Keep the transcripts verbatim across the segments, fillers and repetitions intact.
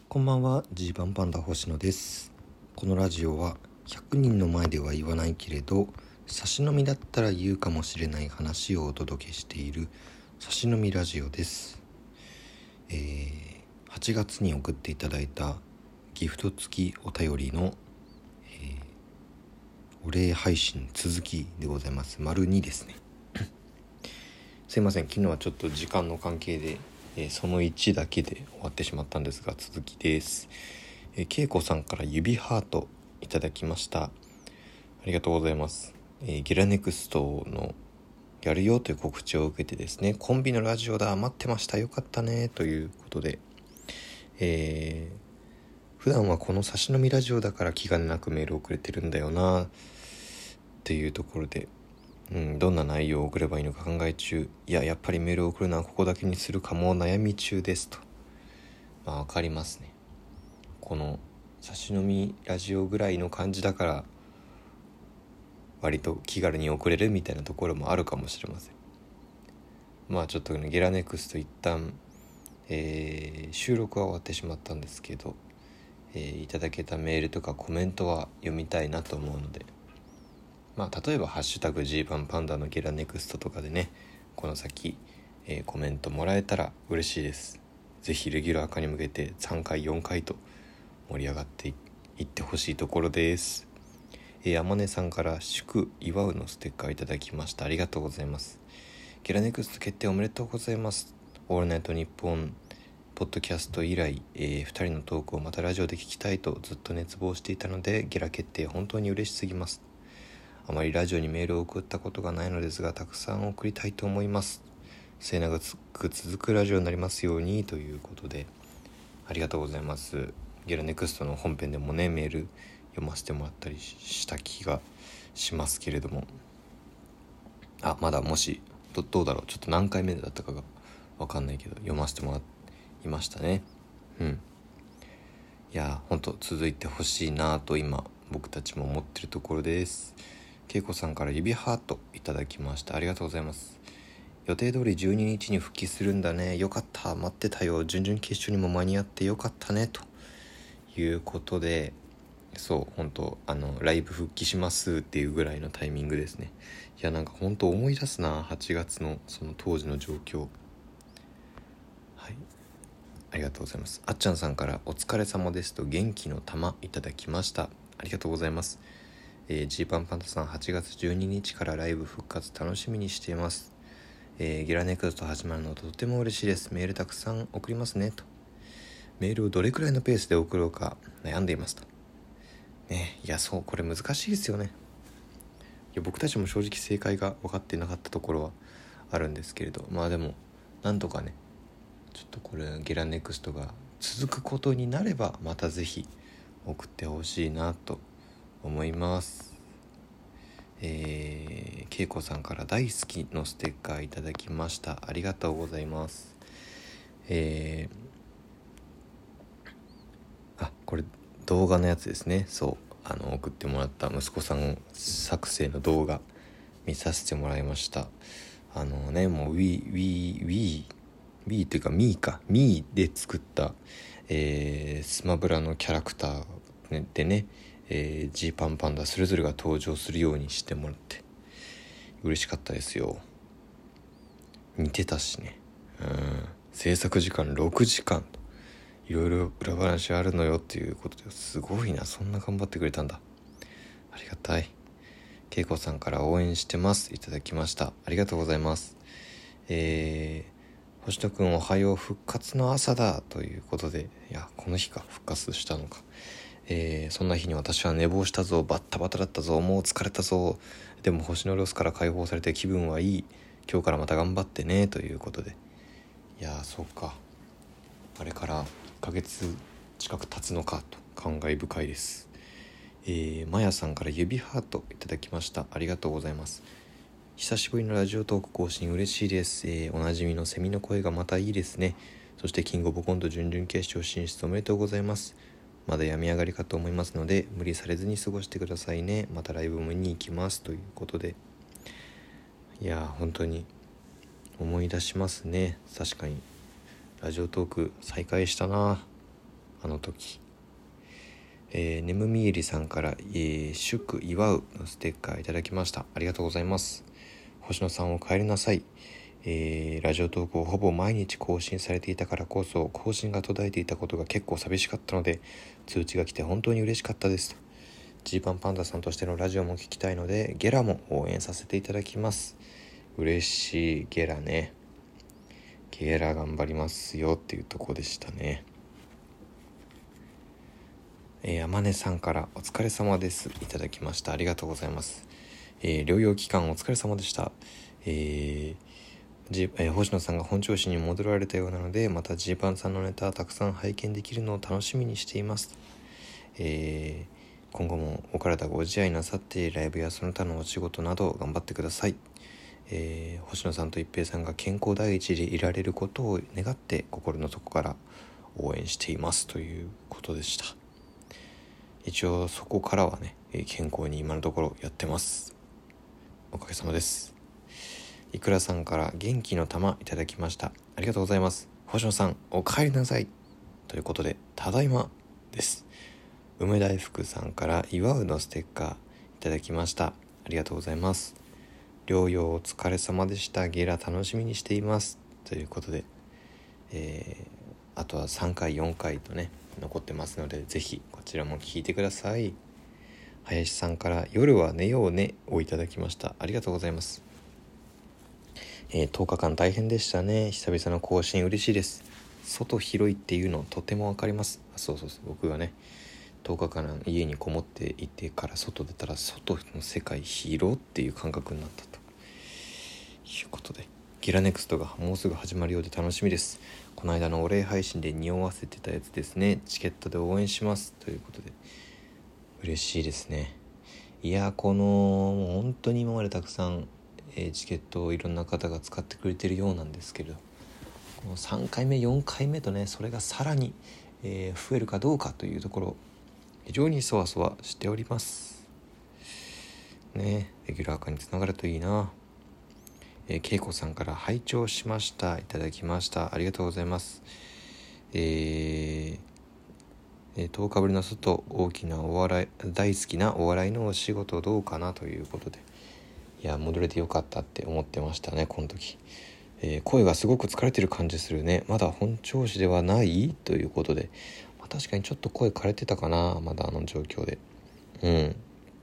こんばんは、ジーパンパンダ星野です。このラジオはひゃくにんの前では言わないけれど差し飲みだったら言うかもしれない話をお届けしている差し飲みラジオです。えー、はちがつに送っていただいたギフト付きお便りの、えー、お礼配信続きでございます。丸にですねすいません、昨日はちょっと時間の関係でえー、そのいちだけで終わってしまったんですが、続きです。えー、けいこさんから指ハートいただきました。ありがとうございます。えー、ゲラネクストのやるよという告知を受けてですね、コンビのラジオだ、待ってました、よかったねということで、えー、普段はこの差し飲みラジオだから気兼ねなくメールをくれてるんだよなっていうところで、うん、どんな内容を送ればいいのか考え中、いややっぱりメールを送るのはここだけにするかも悩み中ですと。まあわかりますね。この差し飲みラジオぐらいの感じだから割と気軽に送れるみたいなところもあるかもしれません。まあちょっとね、ゲラネクスト一旦、えー、収録は終わってしまったんですけど、えー、いただけたメールとかコメントは読みたいなと思うので、まあ、例えばハッシュタグ G パンパンダのゲラネクストとかでね、この先、えー、コメントもらえたら嬉しいです。ぜひレギュラー化に向けてさんかいよんかいと盛り上がっていってほしいところです。えー、あまねさんから祝祝うのステッカーいただきました。ありがとうございます。ゲラネクスト決定おめでとうございます。オールナイトニッポンポッドキャスト以来、えー、ふたりのトークをまたラジオで聞きたいとずっと熱望していたので、ゲラ決定本当に嬉しすぎます。あまりラジオにメールを送ったことがないのですが、たくさん送りたいと思います。末永く続くラジオになりますようにということで、ありがとうございます。ゲラネクストの本編でもね、メール読ませてもらったりした気がしますけれども、あ、まだもし ど, どうだろうちょっと何回目だったかが分かんないけど読ませてもらいましたね。うん。いやほんと続いてほしいなと今僕たちも思ってるところです。けいこさんから指ハートいただきました。ありがとうございます。予定通りじゅうににちに復帰するんだね、よかった、待ってたよ、準々決勝にも間に合ってよかったねということで、そう本当あのライブ復帰しますっていうぐらいのタイミングですね。いやなんか本当思い出すな、はちがつのその当時の状況。はい、ありがとうございます。あっちゃんさんからお疲れ様ですと元気の玉いただきました。ありがとうございます。えー、ジーパンパンダさんはちがつじゅうににちからライブ復活楽しみにしています。えー、ゲラネクスト始まるのとても嬉しいです。メールたくさん送りますねと。メールをどれくらいのペースで送ろうか悩んでいますとね。いやそうこれ難しいですよね。いや僕たちも正直正解が分かってなかったところはあるんですけれど、まあでもなんとかね、ちょっとこれゲラネクストが続くことになればまたぜひ送ってほしいなと思います。えー、けいこさんから大好きのステッカーいただきました。ありがとうございます。えー、あこれ動画のやつですね。そうあの送ってもらった息子さん作成の動画見させてもらいました。あのねもう Wii Wii Wii Wii っていうかミーかミーで作った、えー、スマブラのキャラクターでね、えー、G パンパンダそれぞれが登場するようにしてもらって嬉しかったですよ。似てたしね。うん、制作時間ろくじかんといろいろ裏話あるのよっていうことですごいな、そんな頑張ってくれたんだ、ありがたい。けいこさんから応援してますいただきました。ありがとうございます。えー、星野くんおはよう、復活の朝だということで、いやこの日か復活したのか。えー、そんな日に私は寝坊したぞ、バッタバタだったぞ、もう疲れたぞ、でも星のロスから解放されて気分はいい、今日からまた頑張ってねということで、いやーそうか、あれからいっかげつ近く経つのかと感慨深いです。えー、まやさんから指ハートいただきました。ありがとうございます。久しぶりのラジオトーク更新嬉しいです。えー、おなじみのセミの声がまたいいですね。そしてキングオブコント準々決勝進出おめでとうございます。まだ病み上がりかと思いますので無理されずに過ごしてくださいね。またライブも見に行きますということで、いや本当に思い出しますね。確かにラジオトーク再開したな。 あの時。えー、ねむみえりさんから、えー、祝祝うのステッカーいただきました。ありがとうございます。星野さんお帰りなさい。えー、ラジオトークをほぼ毎日更新されていたからこそ更新が途絶えていたことが結構寂しかったので、通知が来て本当に嬉しかったです。ジーパンパンダさんとしてのラジオも聞きたいのでゲラも応援させていただきます。嬉しい。ゲラね、ゲラ頑張りますよっていうとこでしたね。えー、山根さんからお疲れ様ですいただきました。ありがとうございます。えー、療養期間お疲れ様でした。えー、G えー、星野さんが本調子に戻られたようなので、またジーパンさんのネタたくさん拝見できるのを楽しみにしています。えー、今後もお体ご自愛なさってライブやその他のお仕事など頑張ってください。えー、星野さんと一平さんが健康第一でいられることを願って心の底から応援していますということでした。一応そこからはね、健康に今のところやってます。おかげさまです。いくらさんから元気の玉いただきました。ありがとうございます。星野さんお帰りなさいということで、ただいまです。梅大福さんから祝うのステッカーいただきました。ありがとうございます。療養お疲れ様でした。ゲラ楽しみにしていますということで、えー、あとはさんかいよんかいとね残ってますので、ぜひこちらも聞いてください。林さんから夜は寝ようねをいただきました。ありがとうございます。えー、とおかかん大変でしたね。久々の更新嬉しいです。外広いっていうのとてもわかります。あ、そうそうそう、僕がねとおかかん家にこもっていてから外出たら外の世界広っていう感覚になったということで、ゲラネクストがもうすぐ始まるようで楽しみです。この間のお礼配信で匂わせてたやつですね。チケットで応援しますということで嬉しいですね。いや、このもう本当に今までたくさん、えー、チケットをいろんな方が使ってくれてるようなんですけど、このさんかいめよんかいめとね、それがさらに、えー、増えるかどうかというところ、非常にそわそわしておりますね。レギュラー化につながるといいな。えー、けいこさんから拝聴しましたいただきました。ありがとうございます。えーとおかぶりの外、大きなお笑い大好きなお笑いのお仕事どうかなということで、いや戻れてよかったって思ってましたねこの時。えー、声がすごく疲れてる感じするね。まだ本調子ではないということで、まあ、確かにちょっと声枯れてたかな、まだあの状況で。うん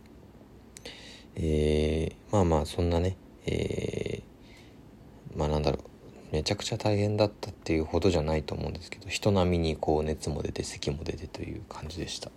えー、まあまあそんなね、えー、まあなんだろう、めちゃくちゃ大変だったっていうほどじゃないと思うんですけど、人並みにこう熱も出て咳も出てという感じでした。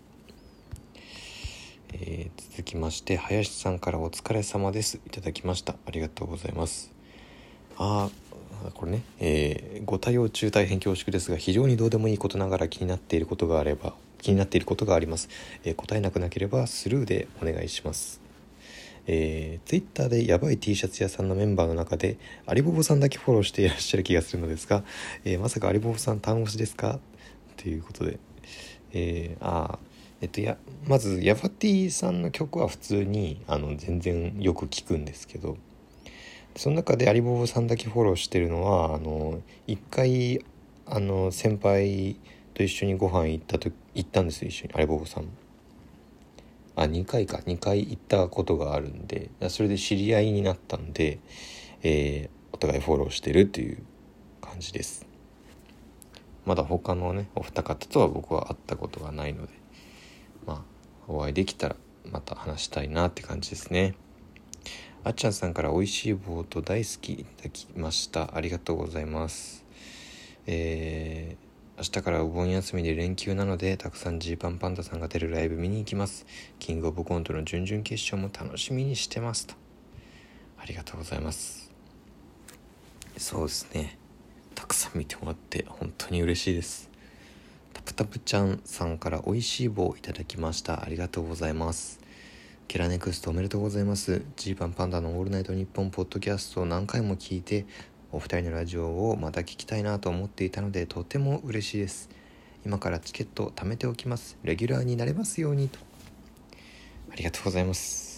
えー、続きまして林さんからお疲れ様ですいただきました。ありがとうございます。あーこれね、えー、ご対応中大変恐縮ですが、非常にどうでもいいことながら気になっていることがあれば気になっていることがあります。えー、答えなくなければスルーでお願いします。えー、Twitter でやばい T シャツ屋さんのメンバーの中でアリボボさんだけフォローしていらっしゃる気がするのですが、えー、まさかアリボボさん単押しですかということで、えー、あえっとやまずヤバティさんの曲は普通にあの全然よく聞くんですけど、その中でアリボボさんだけフォローしてるのは、あの一回あの先輩と一緒にご飯行ったと行ったんですよ、一緒にアリボボさん。あにかいかにかい行ったことがあるんで、それで知り合いになったんで、えー、お互いフォローしてるっていう感じです。まだ他のねお二方とは僕は会ったことがないので、まあお会いできたらまた話したいなって感じですね。あっちゃんさんから美味しい棒と大好きいただきました。ありがとうございます。えー明日からお盆休みで連休なので、たくさんジーパンパンダさんが出るライブ見に行きます。キングオブコントの準々決勝も楽しみにしてますと。ありがとうございます。そうですね、たくさん見てもらって本当に嬉しいです。タプタプちゃんさんから美味しい棒いただきました。ありがとうございます。ケラネクストおめでとうございます。ジーパンパンダのオールナイトニッポンポッドキャストを何回も聞いて、お二人のラジオをまた聞きたいなと思っていたのでとても嬉しいです。今からチケットを貯めておきます。レギュラーになれますようにと。ありがとうございます。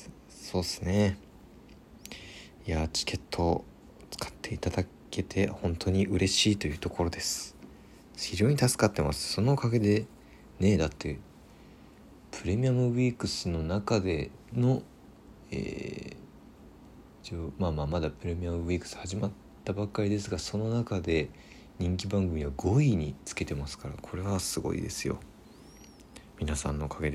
そうですね、いやチケットを使っていただけて本当に嬉しいというところです。非常に助かってます。そのおかげでねえ、だってプレミアムウィークスの中での、えー、一応まあまあまだプレミアムウィークス始まったばっかりですが、その中で人気番組はごいにつけてますから、これはすごいですよ。皆さんのおかげです。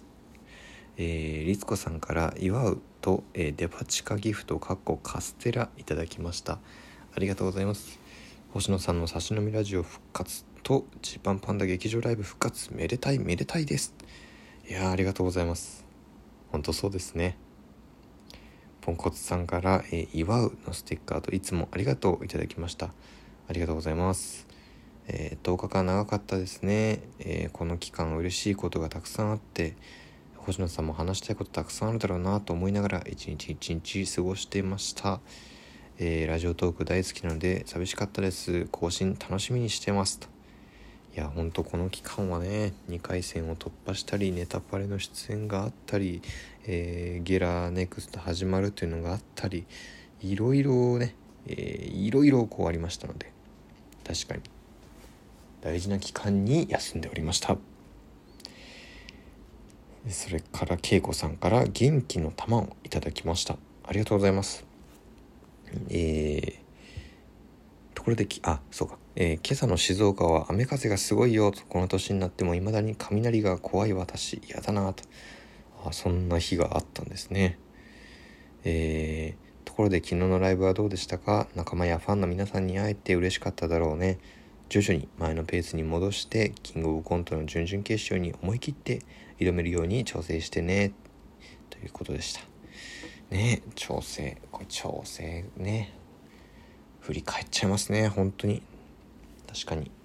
えー、律子さんから祝うと、えー、デパ地下ギフトかっこカステラいただきました。ありがとうございます。星野さんの差し飲みラジオ復活とジーパンパンダ劇場ライブ復活、めでたいめでたいです。いやー、ありがとうございます。本当そうですね。ポンコツさんから、えー、祝うのステッカーといつもありがとういただきました。ありがとうございます。えー、とおかかん長かったですね。えー、この期間嬉しいことがたくさんあって、星野さんも話したいことたくさんあるだろうなと思いながら一日一日過ごしていました。えー、ラジオトーク大好きなので寂しかったです。更新楽しみにしてますと。いやほんとこの期間はね、にかい戦を突破したり、ネタパレの出演があったり、えー、ゲラネクスト始まるというのがあったり、いろいろね、えー、いろいろこうありましたので、確かに大事な期間に休んでおりました。それから恵子さんから元気の玉をいただきました。ありがとうございます。えー、ところできあそうか、えー、今朝の静岡は雨風がすごいよと。この年になっても未だに雷が怖い私、嫌だなと。あ、そんな日があったんですね。えー、ところで昨日のライブはどうでしたか。仲間やファンの皆さんに会えて嬉しかっただろうね。徐々に前のペースに戻してキングオブコントの準々決勝に思い切って挑めるように調整してねということでしたね。調整これ調整ね、振り返っちゃいますね。本当に確かに